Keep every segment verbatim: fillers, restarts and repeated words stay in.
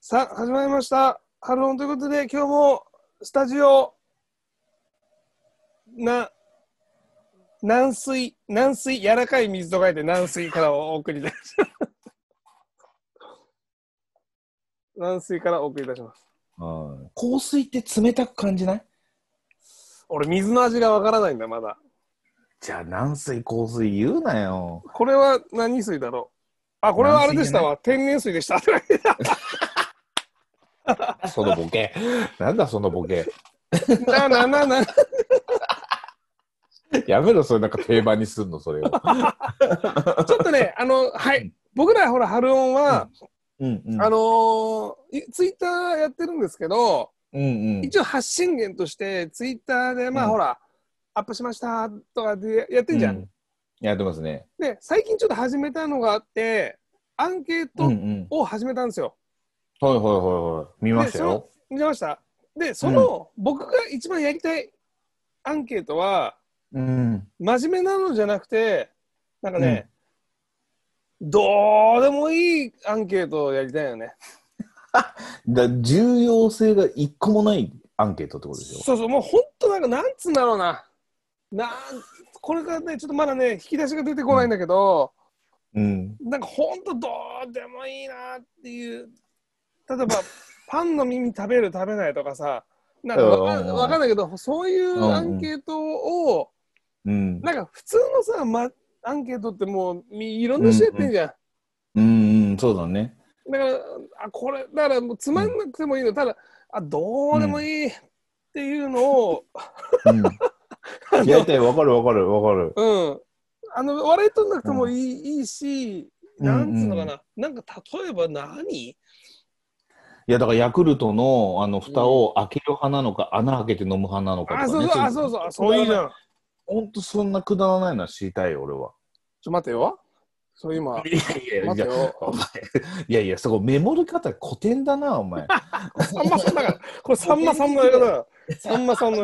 さあ始まりましたハロンということで、今日もスタジオな軟水軟水柔らかい水と書いて軟水からお送りいたします軟水からお送りいたします。 香水って冷たく感じない？ 俺水の味がわからないんだまだ。 じゃあ軟水香水言うなよ。 これは何水だろう。あ、これはあれでしたわ、天然水でしたそのボケなんだそのボケななななやめろ、それなんか定番にすんのそれをちょっとね、あのはい、うん、僕らほらハルオンは、うんうんうん、あのー、ツイッターやってるんですけど、うんうん、一応発信源としてツイッターでまあ、うん、ほらアップしましたとかでやってんじゃん、うん、 やってますね。 で最近ちょっと始めたのがあってアンケートを始めたんですよ、 うんうん、はいはいはいはい見ましたよ。 見ました。でその、うん、僕が一番やりたいアンケートは、うん、真面目なのじゃなくてなんかね、うん、どうでもいいアンケートをやりたいよねだ重要性が一個もないアンケートってことでしょ。 そうそう、もうほんとなんかなんつうんだろうななんこれからねちょっとまだね引き出しが出てこないんだけど、うん、なんかほんとどうでもいいなっていう、例えばパンの耳食べる食べないとかさ、なんかわか、わかんないけどそういうアンケートを、うん、なんか普通のさ、ま、アンケートってもういろんな人やってんじゃん。 うんうん、うん、そうだね。 だからあこれだからもうつまんなくてもいいの、うん、ただあどうでもいいっていうのを、 うんやりたい、わかるわかるわかる。 うん。あの笑い取んなくてもいい、うん、いいし、なんつうのかな、うんうん、なんか例えば何？ いやだからヤクルトのあの蓋を開ける派なのか、うん、穴開けて飲む派なのかとかね。 あ、そうそう、そうそう、そういいじゃん。 ほんとそんなくだらないのは知りたいよ、俺は。 ちょ、待てよ。それ今。 いやいや、待てよ。お前いやいや、そこメモり方古典だな、お前。 さんまさんだから。これさんまさんのやり方だ。さんまさんの。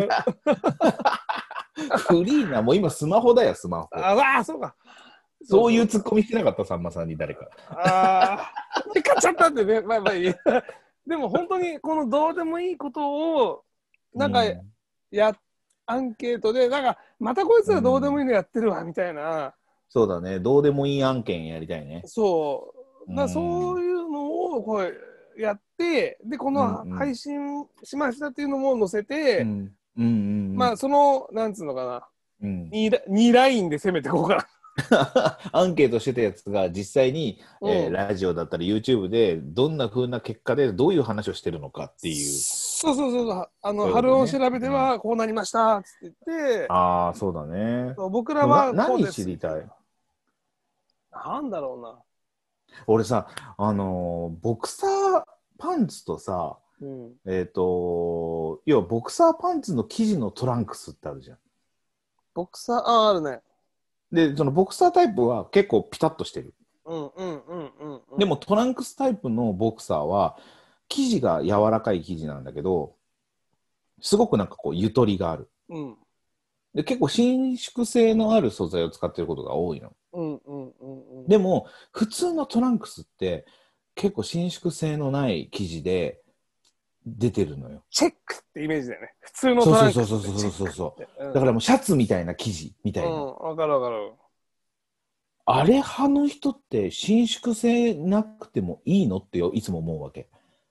フリーな、もう今スマホだよ、スマホ。 ああ、そうか。 そういうツッコミしてなかった、さんまさんに誰か。 ああ、買っちゃったってね、まあまあいい。でも本当にこのどうでもいいことを、なんかや、うん、アンケートで、なんかまたこいつらどうでもいいのやってるわ、みたいな、うん。 そうだね、どうでもいい案件やりたいね。 そう。だそういうのをこうやって、で、この配信しましたっていうのも載せて、うんうんうん、まあその、なんつうのかな、うん、にラインで攻めていこうかな。 アンケートしてたやつが実際に、うんえー、ラジオだったり YouTube でどんな風な結果でどういう話をしてるのかっていう。 そうそうそう、あの、ハルオン調べではこうなりましたって言って、 うん、ああそうだね。 僕らはこうです。 何知りたい？ なんだろうな。 俺さ、あのー、ボクサーパンツとさ、うん、えっ、ー、と要はボクサーパンツの生地のトランクスってあるじゃん。 ボクサーああるね。 でそのボクサータイプは結構ピタッとしてる。 うんうんうんうん、うん、 でもトランクスタイプのボクサーは生地が柔らかい生地なんだけど、すごくなんかこうゆとりがある。うん、で結構伸縮性のある素材を使ってることが多いの。うんうんうんうん、でも普通のトランクスって結構伸縮性のない生地で出てるのよ。 チェックってイメージだよね。普通のトランクス。 そうそうそうそうそうそう、うん、だからもうシャツみたいな生地みたいな。 うん、わかるわかる。 あれ派の人って伸縮性なくてもいいのっていつも思うわけ。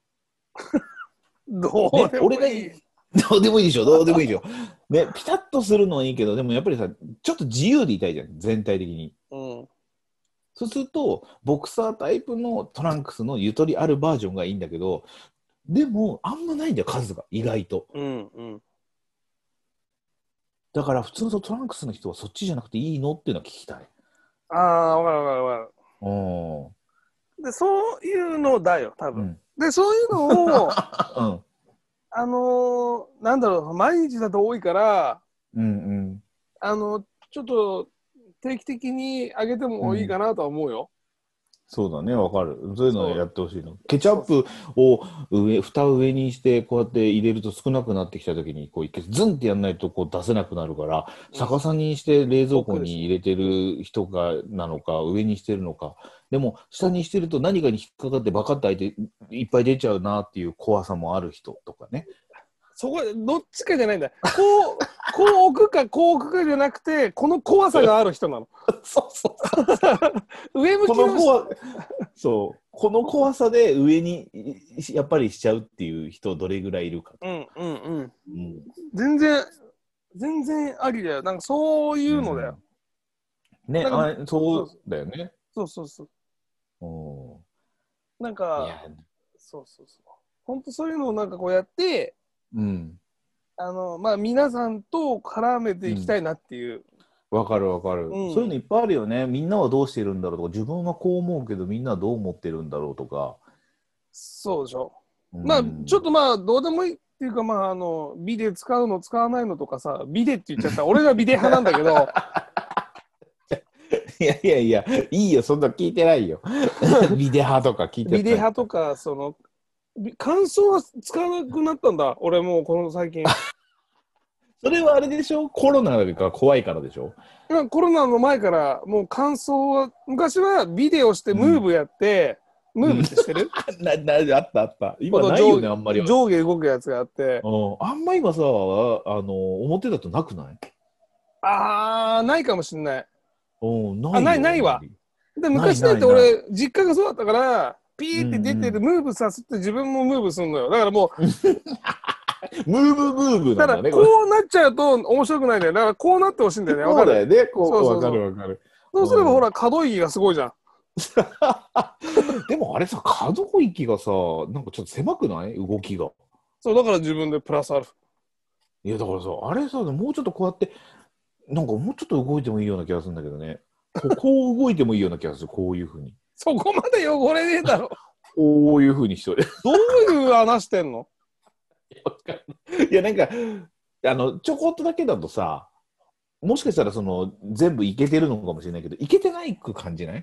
どうでもいい、ね、 どうでもいいでしょ、どうでもいいでしょ。ね、ピタッとするのはいいけど、でもやっぱりさ、ちょっと自由でいたいじゃん、全体的に。うん、そうすると、ボクサータイプのトランクスのゆとりあるバージョンがいいんだけど、でも、あんまないんだよ、数が、意外と。うんうん、だから、普通のトランクスの人はそっちじゃなくていいのっていうのは聞きたい。 ああ、わかるわかるわかる。うん。で、そういうのだよ、多分。うん、で、そういうのを、うん、あのー、なんだろう、毎日だと多いから、うんうん、あの、ちょっと定期的に上げてもいいかなとは思うよ。 そうだね、わかる。そういうのやってほしいの。ケチャップを上、蓋上にして、こうやって入れると少なくなってきたときに、こう一回ズンってやんないとこう出せなくなるから、うん、逆さにして冷蔵庫に入れてる人がなのか、上にしてるのか。でも、下にしてると何かに引っかかってバカッと開いていっぱい出ちゃうなっていう怖さもある人とかね。 そこ、どっちかじゃないんだ。こう、こう置くか、こう置くかじゃなくて、この怖さがある人なの。 そうそうそう。 上向きの人。 そう。この怖さで上にやっぱりしちゃうっていう人どれぐらいいるか。 うんうんうん。うん、全然、全然ありだよ。なんかそういうのだよ。 うん、ね、あれ、そうだよね。 そうそうそう。おなんか、そうそうそう。本当そういうのをなんかこうやって、うん、あのまあ皆さんと絡めていきたいなっていう。 わ、うん、かるわかる、うん、そういうのいっぱいあるよね。みんなはどうしてるんだろうとか、自分はこう思うけどみんなはどう思ってるんだろうとか。 そうでしょ。うん、まあちょっとまあどうでもいいっていうか、まああのビデ使うの使わないのとかさ、ビデって言っちゃった俺がビデ派なんだけどいやいやいや、いいよ、そんな聞いてないよビデ派とか聞いてない。 ビデ派とか、その乾燥は使わなくなったんだ俺もうこの最近それはあれでしょ、コロナが怖いからでしょ。 コロナの前からもう乾燥は、昔はビデオしてムーブやって、うん、ムーブってしてる、 うん、ななあったあった。今ないよね、あんまり。 上下動くやつがあって、 うん、あんま今さ、あの表だとなくない？ あー、ないかもしんない。 おないあ、ないないわ。で昔だって俺実家がそうだったから、ピーって出てる、うんうん、ムーブさすって自分もムーブするのよ。だからもうムーブムーブなんだね。 だからこうなっちゃうと面白くないんだよ。だからこうなってほしいんだよね。 そうだよね。こう、わかるわかる。 そうすればほら可動域がすごいじゃん。 でもあれさ、可動域がさ、なんかちょっと狭くない？動きが。 そうだから自分でプラスアルフ。 いやだからさ、あれさ、もうちょっとこうやってなんかもうちょっと動いてもいいような気がするんだけどね。こう、こう動いてもいいような気がする。こういうふうに。 そこまで汚れねえだろ。 こういうふうにしとる。 どういう穴してんの？ いやなんかあのちょこっとだけだとさ、もしかしたらその全部いけてるのかもしれないけど、いけてないく感じない？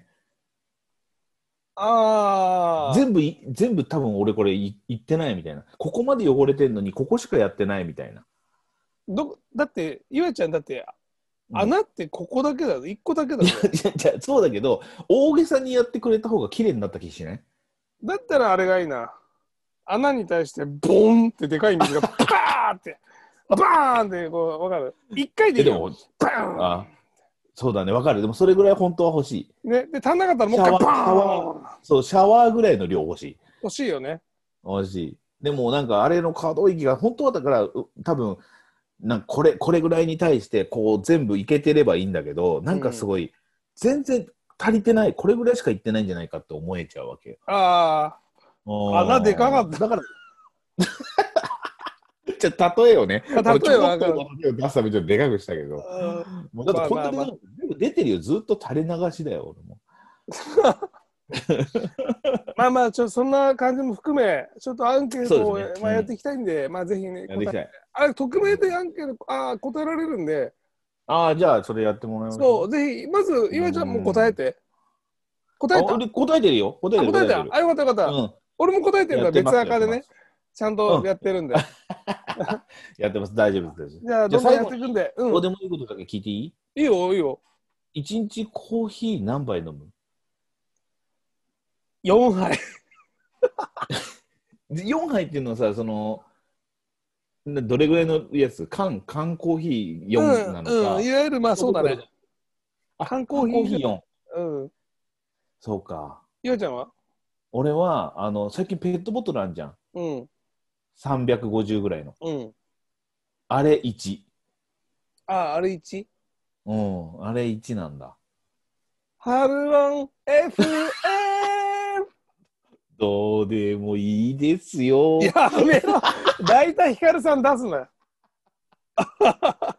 ああ。 全部全部多分俺これいいってないみたいな。ここまで汚れてんのにここしかやってないみたいな。 どだってゆあちゃんだって穴ってここだけだよ、いっこだけだよ。 いやじゃそうだけど大げさにやってくれた方が綺麗になった気しない？ だったらあれがいいな。穴に対してボンってでかい水がバーってバーンってこう分かる？一回でいいよ。バーン。 あ、そうだね、分かる。でもそれぐらい本当は欲しい。 ね、で足んなかったらもう一回バーン。 そう、シャワーぐらいの量欲しい。 欲しいよね。 欲しい。でもなんかあれの可動域が本当はだから多分なんかこれこれぐらいに対してこう全部いけてればいいんだけど、なんかすごい、うん、全然足りてない、これぐらいしかいってないんじゃないかって思えちゃうわけ。 ああ、穴でかかった。 だからじゃあ例えをね、例えはちょこっと出すためにちょっとでかくしたけど、もうだってこんなに全部出てるよ、ずっと垂れ流しだよ俺も。 まあまあちょっとそんな感じも含めちょっとアンケートを、ね、まあ、やっていきたいんで、うん、まあぜひね答えあれ匿名でアンケートあ答えられるんで、 ああじゃあそれやってもらいます。 そうぜひまず岩ちゃんも答えて。答えた？ 俺答えてるよ。答えてる。 答えた。あよかったよかった。うん、俺も答えてるんだ、別赤でねちゃんとやってるんで。うん、 やってます、大丈夫です。 じゃあどんどんやっていくんで。 うん、どうでもいいことだけ聞いていい？ いいよいいよ。 一日コーヒー何杯飲む？ よんはい。 よんはいっていうのはさ、そのどれぐらいのやつ？缶缶コーヒーよんなのか、うんうん、いわゆるまあそうだね。缶コーヒーよん。うん。 そうか。 ゆあちゃんは？ 俺はあの最近ペットボトルあるじゃん。うん。さんびゃくごじゅうぐらいの。うん。あれいち。 ああ、あれ いち？ うん、あれいちなんだ。 ハルワン エフエムどうでもいいですよ。 やめろ。大体ヒカルさん出すなよ。